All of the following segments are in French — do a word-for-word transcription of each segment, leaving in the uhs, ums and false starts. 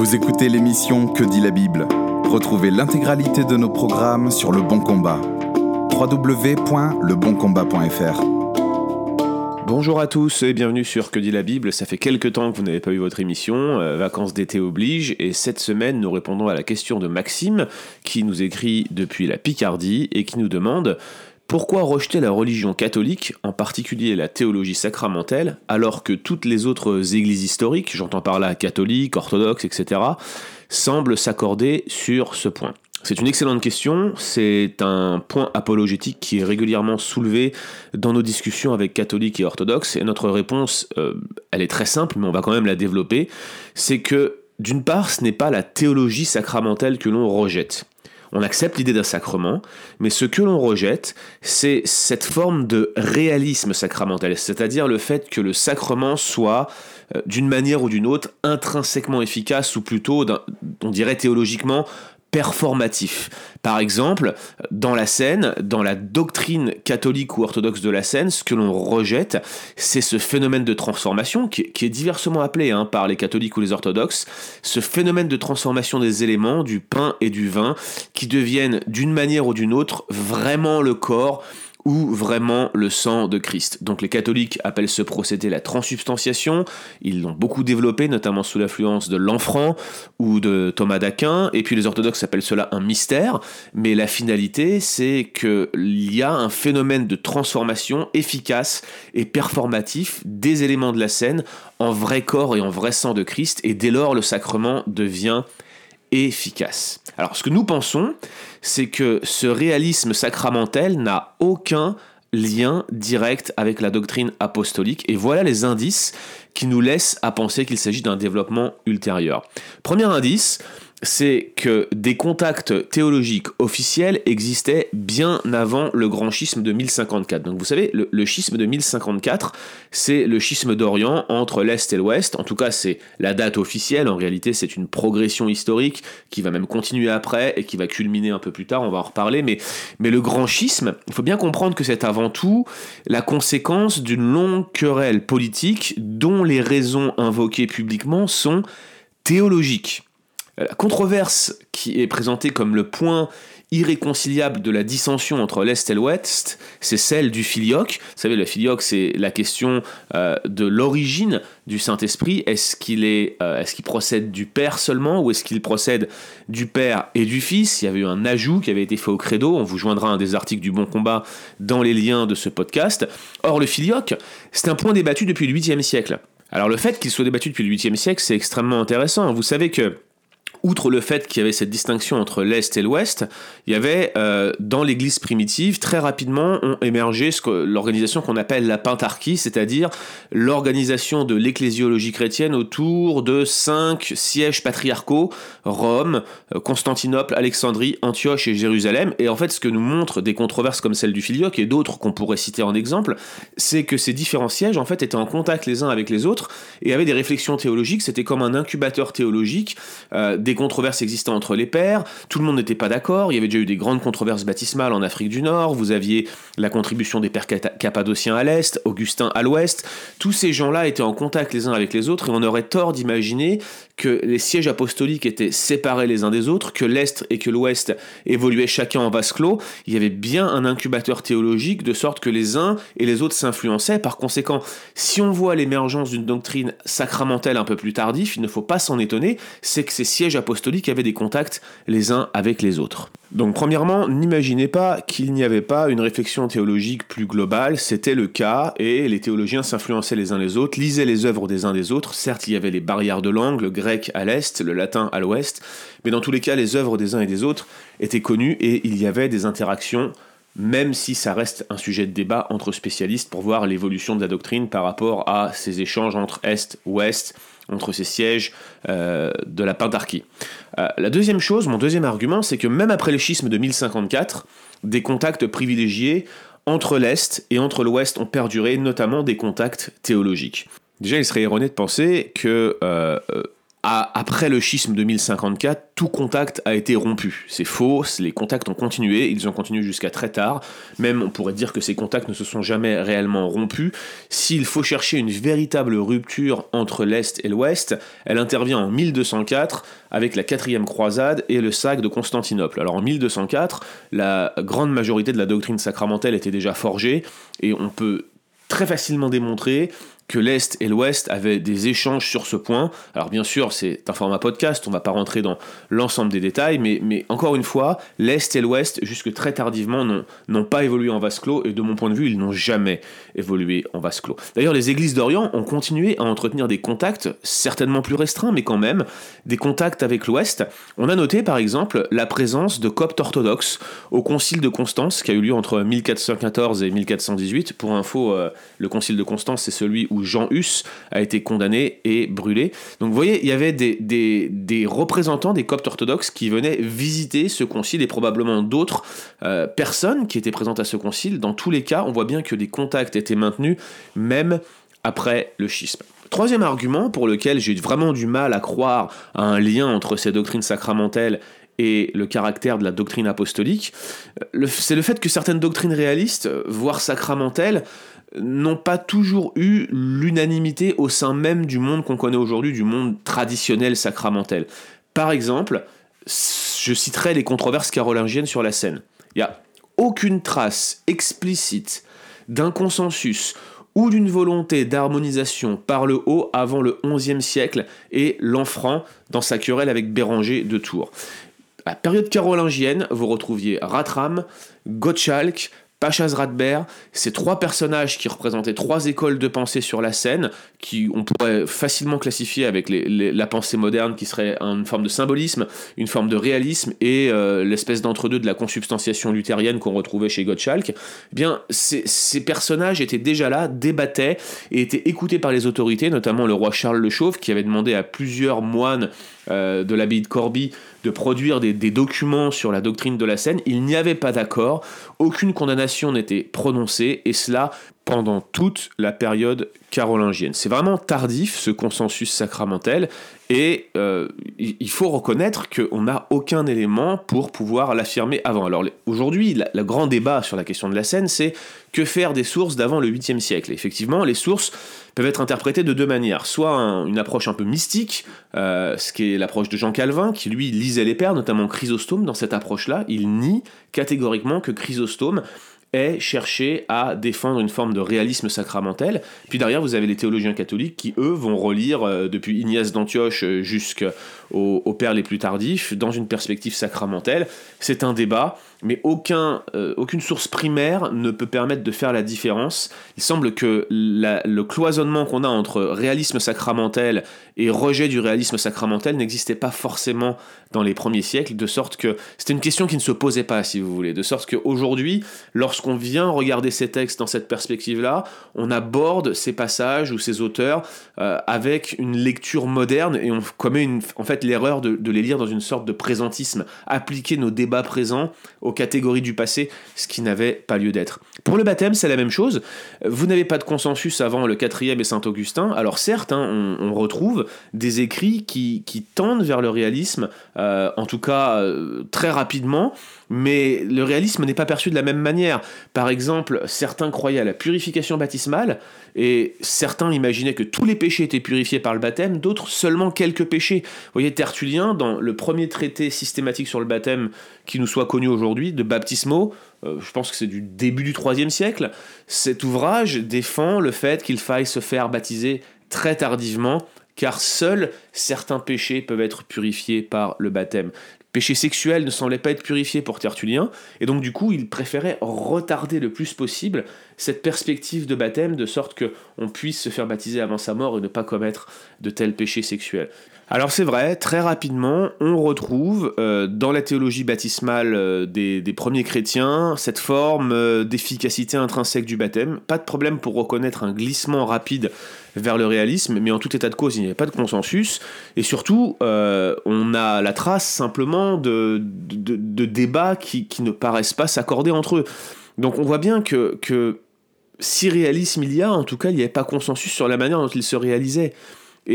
Vous écoutez l'émission Que dit la Bible ? Retrouvez l'intégralité de nos programmes sur Le Bon Combat. w w w point le bon combat point f r. Bonjour à tous et bienvenue sur Que dit la Bible. Ça fait quelques temps que vous n'avez pas eu votre émission, euh, vacances d'été oblige, et cette semaine nous répondons à la question de Maxime qui nous écrit depuis la Picardie et qui nous demande: pourquoi rejeter la religion catholique, en particulier la théologie sacramentelle, alors que toutes les autres églises historiques, j'entends par là catholiques, orthodoxes, et cetera, semblent s'accorder sur ce point? C'est une excellente question, c'est un point apologétique qui est régulièrement soulevé dans nos discussions avec catholiques et orthodoxes, et notre réponse, euh, elle est très simple, mais on va quand même la développer, c'est que, d'une part, ce n'est pas la théologie sacramentelle que l'on rejette. On accepte l'idée d'un sacrement, mais ce que l'on rejette, c'est cette forme de réalisme sacramentel, c'est-à-dire le fait que le sacrement soit, euh, d'une manière ou d'une autre, intrinsèquement efficace, ou plutôt, on dirait théologiquement, performatif. Par exemple, dans la scène, dans la doctrine catholique ou orthodoxe de la scène, ce que l'on rejette, c'est ce phénomène de transformation, qui, qui est diversement appelé hein, par les catholiques ou les orthodoxes, ce phénomène de transformation des éléments, du pain et du vin, qui deviennent d'une manière ou d'une autre vraiment le corps ou vraiment le sang de Christ. Donc les catholiques appellent ce procédé la transsubstantiation, ils l'ont beaucoup développé, notamment sous l'influence de Lanfranc ou de Thomas d'Aquin, et puis les orthodoxes appellent cela un mystère, mais la finalité, c'est qu'il y a un phénomène de transformation efficace et performatif des éléments de la scène en vrai corps et en vrai sang de Christ, et dès lors le sacrement devient efficace. Alors ce que nous pensons, c'est que ce réalisme sacramentel n'a aucun lien direct avec la doctrine apostolique, et voilà les indices qui nous laissent à penser qu'il s'agit d'un développement ultérieur. Premier indice, c'est que des contacts théologiques officiels existaient bien avant le grand schisme de mille cinquante-quatre. Donc vous savez, le, le schisme de mille cinquante-quatre, c'est le schisme d'Orient entre l'Est et l'Ouest. En tout cas, c'est la date officielle. En réalité, c'est une progression historique qui va même continuer après et qui va culminer un peu plus tard. On va en reparler. Mais, mais le grand schisme, il faut bien comprendre que c'est avant tout la conséquence d'une longue querelle politique dont les raisons invoquées publiquement sont théologiques. La controverse qui est présentée comme le point irréconciliable de la dissension entre l'Est et l'Ouest, c'est celle du filioque. Vous savez, le filioque, c'est la question euh, de l'origine du Saint-Esprit. Est-ce qu'il est, euh, est-ce qu'il procède du Père seulement, ou est-ce qu'il procède du Père et du Fils? Il y avait eu un ajout qui avait été fait au credo. On vous joindra un des articles du Bon Combat dans les liens de ce podcast. Or, le filioque, c'est un point débattu depuis le huitième siècle. Alors, le fait qu'il soit débattu depuis le huitième siècle, c'est extrêmement intéressant. Vous savez que outre le fait qu'il y avait cette distinction entre l'Est et l'Ouest, il y avait euh, dans l'Église primitive, très rapidement ont émergé ce que, l'organisation qu'on appelle la pentarchie, c'est-à-dire l'organisation de l'ecclésiologie chrétienne autour de cinq sièges patriarcaux: Rome, Constantinople, Alexandrie, Antioche et Jérusalem. Et en fait, ce que nous montrent des controverses comme celle du filioque et d'autres qu'on pourrait citer en exemple, c'est que ces différents sièges en fait étaient en contact les uns avec les autres et avaient des réflexions théologiques. C'était comme un incubateur théologique. Euh, des controverses existaient entre les pères, tout le monde n'était pas d'accord, il y avait déjà eu des grandes controverses baptismales en Afrique du Nord, vous aviez la contribution des pères cappadociens à l'Est, Augustin à l'Ouest, tous ces gens-là étaient en contact les uns avec les autres, et on aurait tort d'imaginer que les sièges apostoliques étaient séparés les uns des autres, que l'Est et que l'Ouest évoluaient chacun en vase clos. Il y avait bien un incubateur théologique, de sorte que les uns et les autres s'influençaient. Par conséquent, si on voit l'émergence d'une doctrine sacramentelle un peu plus tardive, il ne faut pas s'en étonner, c'est que ces sièges apostoliques avaient des contacts les uns avec les autres. Donc premièrement, n'imaginez pas qu'il n'y avait pas une réflexion théologique plus globale, c'était le cas, et les théologiens s'influençaient les uns les autres, lisaient les œuvres des uns des autres. Certes, il y avait les barrières de langue, le grec à l'est, le latin à l'ouest, mais dans tous les cas, les œuvres des uns et des autres étaient connues, et il y avait des interactions, même si ça reste un sujet de débat entre spécialistes pour voir l'évolution de la doctrine par rapport à ces échanges entre Est, Ouest, entre ces sièges euh, de la pentarchie. Euh, la deuxième chose, mon deuxième argument, c'est que même après le schisme de mille cinquante-quatre, des contacts privilégiés entre l'Est et entre l'Ouest ont perduré, notamment des contacts théologiques. Déjà, il serait erroné de penser que euh, à, après après le schisme de mille cinquante-quatre, tout contact a été rompu. C'est faux, les contacts ont continué, ils ont continué jusqu'à très tard. Même, on pourrait dire que ces contacts ne se sont jamais réellement rompus. S'il faut chercher une véritable rupture entre l'Est et l'Ouest, elle intervient en mille deux cent quatre avec la quatrième croisade et le sac de Constantinople. Alors en mille deux cent quatre, la grande majorité de la doctrine sacramentelle était déjà forgée, et on peut très facilement démontrer que l'Est et l'Ouest avaient des échanges sur ce point. Alors bien sûr, c'est un format podcast, on ne va pas rentrer dans l'ensemble des détails, mais, mais encore une fois, l'Est et l'Ouest, jusque très tardivement, n'ont, n'ont pas évolué en vase clos, et de mon point de vue, ils n'ont jamais évolué en vase clos. D'ailleurs, les églises d'Orient ont continué à entretenir des contacts, certainement plus restreints, mais quand même, des contacts avec l'Ouest. On a noté, par exemple, la présence de coptes orthodoxes au concile de Constance, qui a eu lieu entre mille quatre cent quatorze et mille quatre cent dix-huit. Pour info, euh, le concile de Constance, c'est celui où Jean Hus a été condamné et brûlé. Donc vous voyez, il y avait des, des, des représentants des coptes orthodoxes qui venaient visiter ce concile, et probablement d'autres euh, personnes qui étaient présentes à ce concile. Dans tous les cas, on voit bien que des contacts étaient maintenus, même après le schisme. Troisième argument pour lequel j'ai vraiment du mal à croire à un lien entre ces doctrines sacramentelles et le caractère de la doctrine apostolique, le, c'est le fait que certaines doctrines réalistes, voire sacramentelles, n'ont pas toujours eu l'unanimité au sein même du monde qu'on connaît aujourd'hui, du monde traditionnel sacramentel. Par exemple, je citerai les controverses carolingiennes sur la scène. Il n'y a aucune trace explicite d'un consensus ou d'une volonté d'harmonisation par le haut avant le onzième siècle et Lanfranc dans sa querelle avec Béranger de Tours. À la période carolingienne, vous retrouviez Ratram, Gottschalk, Pachas Radber, ces trois personnages qui représentaient trois écoles de pensée sur la scène, qui on pourrait facilement classifier avec les, les, la pensée moderne, qui serait une forme de symbolisme, une forme de réalisme, et euh, l'espèce d'entre-deux de la consubstantiation luthérienne qu'on retrouvait chez Gottschalk. Eh bien, ces, ces personnages étaient déjà là, débattaient, et étaient écoutés par les autorités, notamment le roi Charles le Chauve, qui avait demandé à plusieurs moines euh, de l'abbaye de Corbie de produire des, des documents sur la doctrine de la scène. Il n'y avait pas d'accord, aucune condamnation n'était prononcée, et cela pendant toute la période carolingienne. C'est vraiment tardif, ce consensus sacramentel, et euh, il faut reconnaître qu'on n'a aucun élément pour pouvoir l'affirmer avant. Alors aujourd'hui, la, le grand débat sur la question de la scène, c'est que faire des sources d'avant le huitième siècle. Effectivement, les sources peuvent être interprétées de deux manières. Soit un, une approche un peu mystique, euh, ce qui est l'approche de Jean Calvin, qui lui lisait les pères, notamment Chrysostome. Dans cette approche-là, il nie catégoriquement que Chrysostome ait cherché à défendre une forme de réalisme sacramentel. Puis derrière, vous avez les théologiens catholiques qui, eux, vont relire euh, depuis Ignace d'Antioche euh, jusqu'aux aux pères les plus tardifs, dans une perspective sacramentelle. C'est un débat, mais aucun, euh, aucune source primaire ne peut permettre de faire la différence. Il semble que la, le cloisonnement qu'on a entre réalisme sacramentel et rejet du réalisme sacramentel n'existait pas forcément dans les premiers siècles, de sorte que c'était une question qui ne se posait pas, si vous voulez, de sorte qu'aujourd'hui, lorsqu'on vient regarder ces textes dans cette perspective-là, on aborde ces passages ou ces auteurs euh, avec une lecture moderne, et on commet une, en fait l'erreur de, de les lire dans une sorte de présentisme, appliquer nos débats présents aux catégories du passé, ce qui n'avait pas lieu d'être. Pour le baptême, c'est la même chose. Vous n'avez pas de consensus avant le quatrième et Saint-Augustin. Alors certes, hein, on, on retrouve des écrits qui, qui tendent vers le réalisme, euh, en tout cas euh, très rapidement, mais le réalisme n'est pas perçu de la même manière. Par exemple, certains croyaient à la purification baptismale, et certains imaginaient que tous les péchés étaient purifiés par le baptême, d'autres seulement quelques péchés. Vous voyez, Tertullien, dans le premier traité systématique sur le baptême qui nous soit connu aujourd'hui, de Baptismo, euh, je pense que c'est du début du troisième siècle, cet ouvrage défend le fait qu'il faille se faire baptiser très tardivement, car seuls certains péchés peuvent être purifiés par le baptême. Péché sexuel ne semblait pas être purifié pour Tertullien, et donc du coup il préférait retarder le plus possible cette perspective de baptême, de sorte qu'on puisse se faire baptiser avant sa mort et ne pas commettre de tels péchés sexuels. Alors c'est vrai, très rapidement, on retrouve euh, dans la théologie baptismale euh, des, des premiers chrétiens cette forme euh, d'efficacité intrinsèque du baptême. Pas de problème pour reconnaître un glissement rapide vers le réalisme, mais en tout état de cause, il n'y avait pas de consensus. Et surtout, euh, on a la trace simplement de, de, de débats qui, qui ne paraissent pas s'accorder entre eux. Donc on voit bien que, que si réalisme il y a, en tout cas, il n'y avait pas consensus sur la manière dont il se réalisait. Et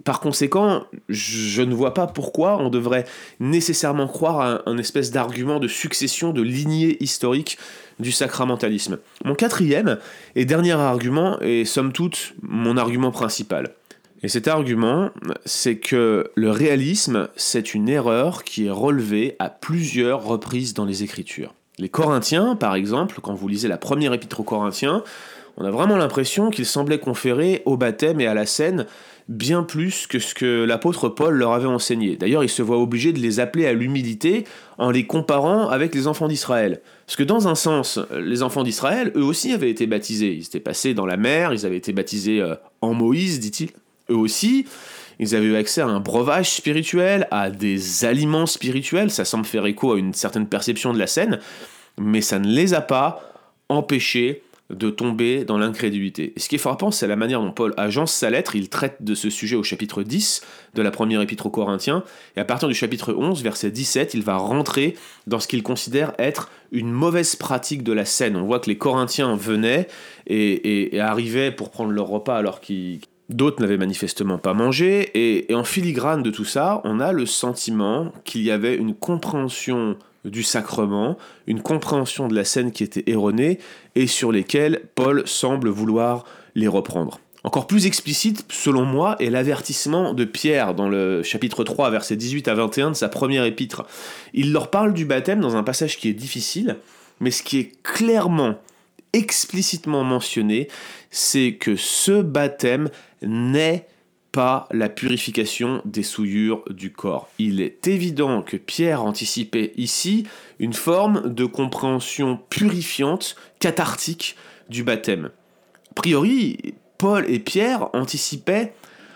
par conséquent, je ne vois pas pourquoi on devrait nécessairement croire à un, un espèce d'argument de succession, de lignée historique du sacramentalisme. Mon quatrième et dernier argument est somme toute mon argument principal. Et cet argument, c'est que le réalisme, c'est une erreur qui est relevée à plusieurs reprises dans les Écritures. Les Corinthiens, par exemple, quand vous lisez la première épître aux Corinthiens, on a vraiment l'impression qu'il semblait conférer au baptême et à la scène bien plus que ce que l'apôtre Paul leur avait enseigné. D'ailleurs, il se voit obligé de les appeler à l'humilité en les comparant avec les enfants d'Israël. Parce que dans un sens, les enfants d'Israël, eux aussi avaient été baptisés. Ils étaient passés dans la mer, ils avaient été baptisés en Moïse, dit-il. Eux aussi, ils avaient eu accès à un breuvage spirituel, à des aliments spirituels. Ça semble faire écho à une certaine perception de la scène, mais ça ne les a pas empêchés de tomber dans l'incrédulité. Et ce qui est frappant, c'est la manière dont Paul agence sa lettre. Il traite de ce sujet au chapitre dix de la première épître aux Corinthiens, et à partir du chapitre onze, verset dix-sept, il va rentrer dans ce qu'il considère être une mauvaise pratique de la scène. On voit que les Corinthiens venaient et, et, et arrivaient pour prendre leur repas alors qu'ils... D'autres n'avaient manifestement pas mangé, et, et en filigrane de tout ça, on a le sentiment qu'il y avait une compréhension du sacrement, une compréhension de la scène qui était erronée, et sur lesquelles Paul semble vouloir les reprendre. Encore plus explicite, selon moi, est l'avertissement de Pierre dans le chapitre trois, versets dix-huit à vingt et un de sa première épître. Il leur parle du baptême dans un passage qui est difficile, mais ce qui est clairement, explicitement mentionné, c'est que ce baptême n'est pas la purification des souillures du corps. Il est évident que Pierre anticipait ici une forme de compréhension purifiante, cathartique du baptême. A priori, Paul et Pierre anticipaient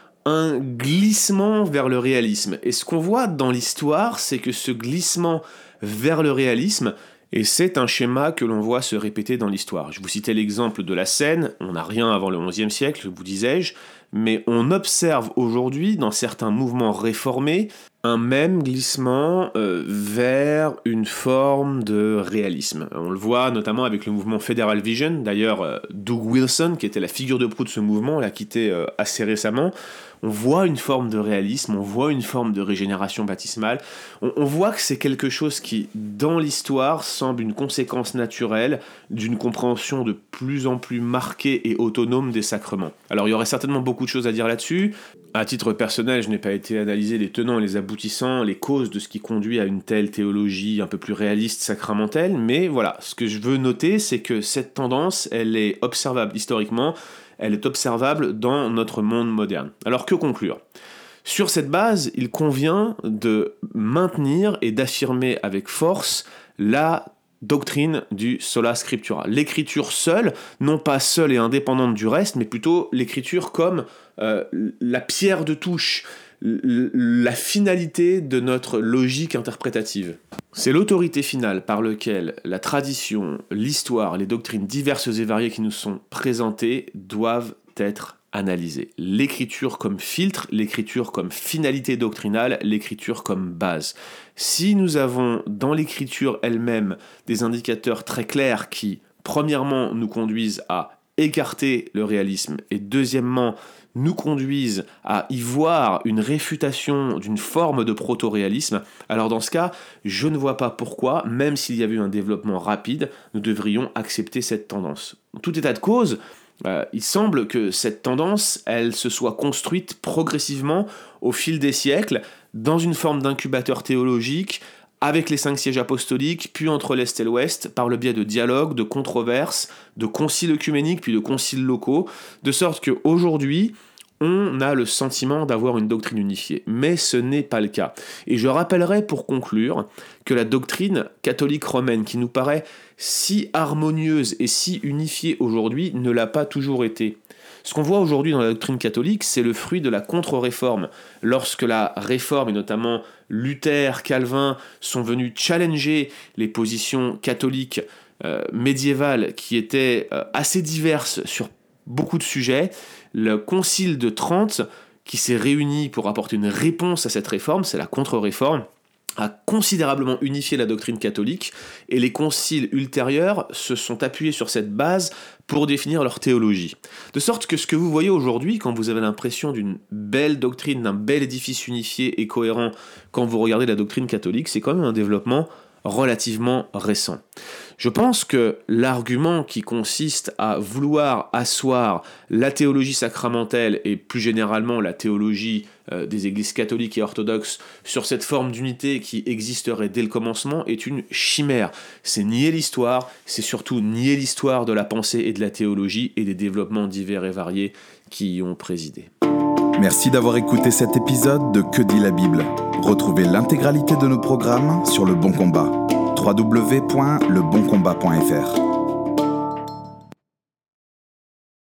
un glissement vers le réalisme. Et ce qu'on voit dans l'histoire, c'est que ce glissement vers le réalisme, et c'est un schéma que l'on voit se répéter dans l'histoire. Je vous citais l'exemple de la Seine, on n'a rien avant le onzième siècle, vous disais-je, mais on observe aujourd'hui, dans certains mouvements réformés, un même glissement euh, vers une forme de réalisme. On le voit notamment avec le mouvement Federal Vision. D'ailleurs, euh, Doug Wilson, qui était la figure de proue de ce mouvement, l'a quitté euh, assez récemment. On voit une forme de réalisme, on voit une forme de régénération baptismale. On, on voit que c'est quelque chose qui, dans l'histoire, semble une conséquence naturelle d'une compréhension de plus en plus marquée et autonome des sacrements. Alors, il y aurait certainement beaucoup de choses à dire là-dessus. À titre personnel, je n'ai pas été analyser les tenants et les aboutissants, les causes de ce qui conduit à une telle théologie un peu plus réaliste, sacramentelle, mais voilà, ce que je veux noter, c'est que cette tendance, elle est observable historiquement, elle est observable dans notre monde moderne. Alors que conclure ? Sur cette base, il convient de maintenir et d'affirmer avec force la doctrine du sola scriptura. L'écriture seule, non pas seule et indépendante du reste, mais plutôt l'écriture comme euh, la pierre de touche, la finalité de notre logique interprétative. C'est l'autorité finale par laquelle la tradition, l'histoire, les doctrines diverses et variées qui nous sont présentées doivent être analysées. L'écriture comme filtre, l'écriture comme finalité doctrinale, l'écriture comme base. Si nous avons dans l'écriture elle-même des indicateurs très clairs qui, premièrement, nous conduisent à écarter le réalisme et deuxièmement, nous conduisent à y voir une réfutation d'une forme de proto-réalisme, alors dans ce cas, je ne vois pas pourquoi, même s'il y avait eu un développement rapide, nous devrions accepter cette tendance. En tout état de cause, euh, il semble que cette tendance, elle se soit construite progressivement au fil des siècles, dans une forme d'incubateur théologique, avec les cinq sièges apostoliques, puis entre l'Est et l'Ouest, par le biais de dialogues, de controverses, de conciles œcuméniques, puis de conciles locaux, de sorte qu'aujourd'hui, on a le sentiment d'avoir une doctrine unifiée. Mais ce n'est pas le cas. Et je rappellerai pour conclure que la doctrine catholique romaine, qui nous paraît si harmonieuse et si unifiée aujourd'hui, ne l'a pas toujours été. Ce qu'on voit aujourd'hui dans la doctrine catholique, c'est le fruit de la contre-réforme. Lorsque la réforme, et notamment Luther, Calvin, sont venus challenger les positions catholiques euh, médiévales qui étaient euh, assez diverses sur beaucoup de sujets, le Concile de Trente, qui s'est réuni pour apporter une réponse à cette réforme, c'est la contre-réforme, a considérablement unifié la doctrine catholique, et les conciles ultérieurs se sont appuyés sur cette base pour définir leur théologie. De sorte que ce que vous voyez aujourd'hui, quand vous avez l'impression d'une belle doctrine, d'un bel édifice unifié et cohérent, quand vous regardez la doctrine catholique, c'est quand même un développement relativement récent. Je pense que l'argument qui consiste à vouloir asseoir la théologie sacramentelle et plus généralement la théologie euh, des églises catholiques et orthodoxes sur cette forme d'unité qui existerait dès le commencement est une chimère. C'est nier l'histoire, c'est surtout nier l'histoire de la pensée et de la théologie et des développements divers et variés qui y ont présidé. Merci d'avoir écouté cet épisode de Que dit la Bible ? Retrouvez l'intégralité de nos programmes sur Le Bon Combat. w w w point le bon combat point f r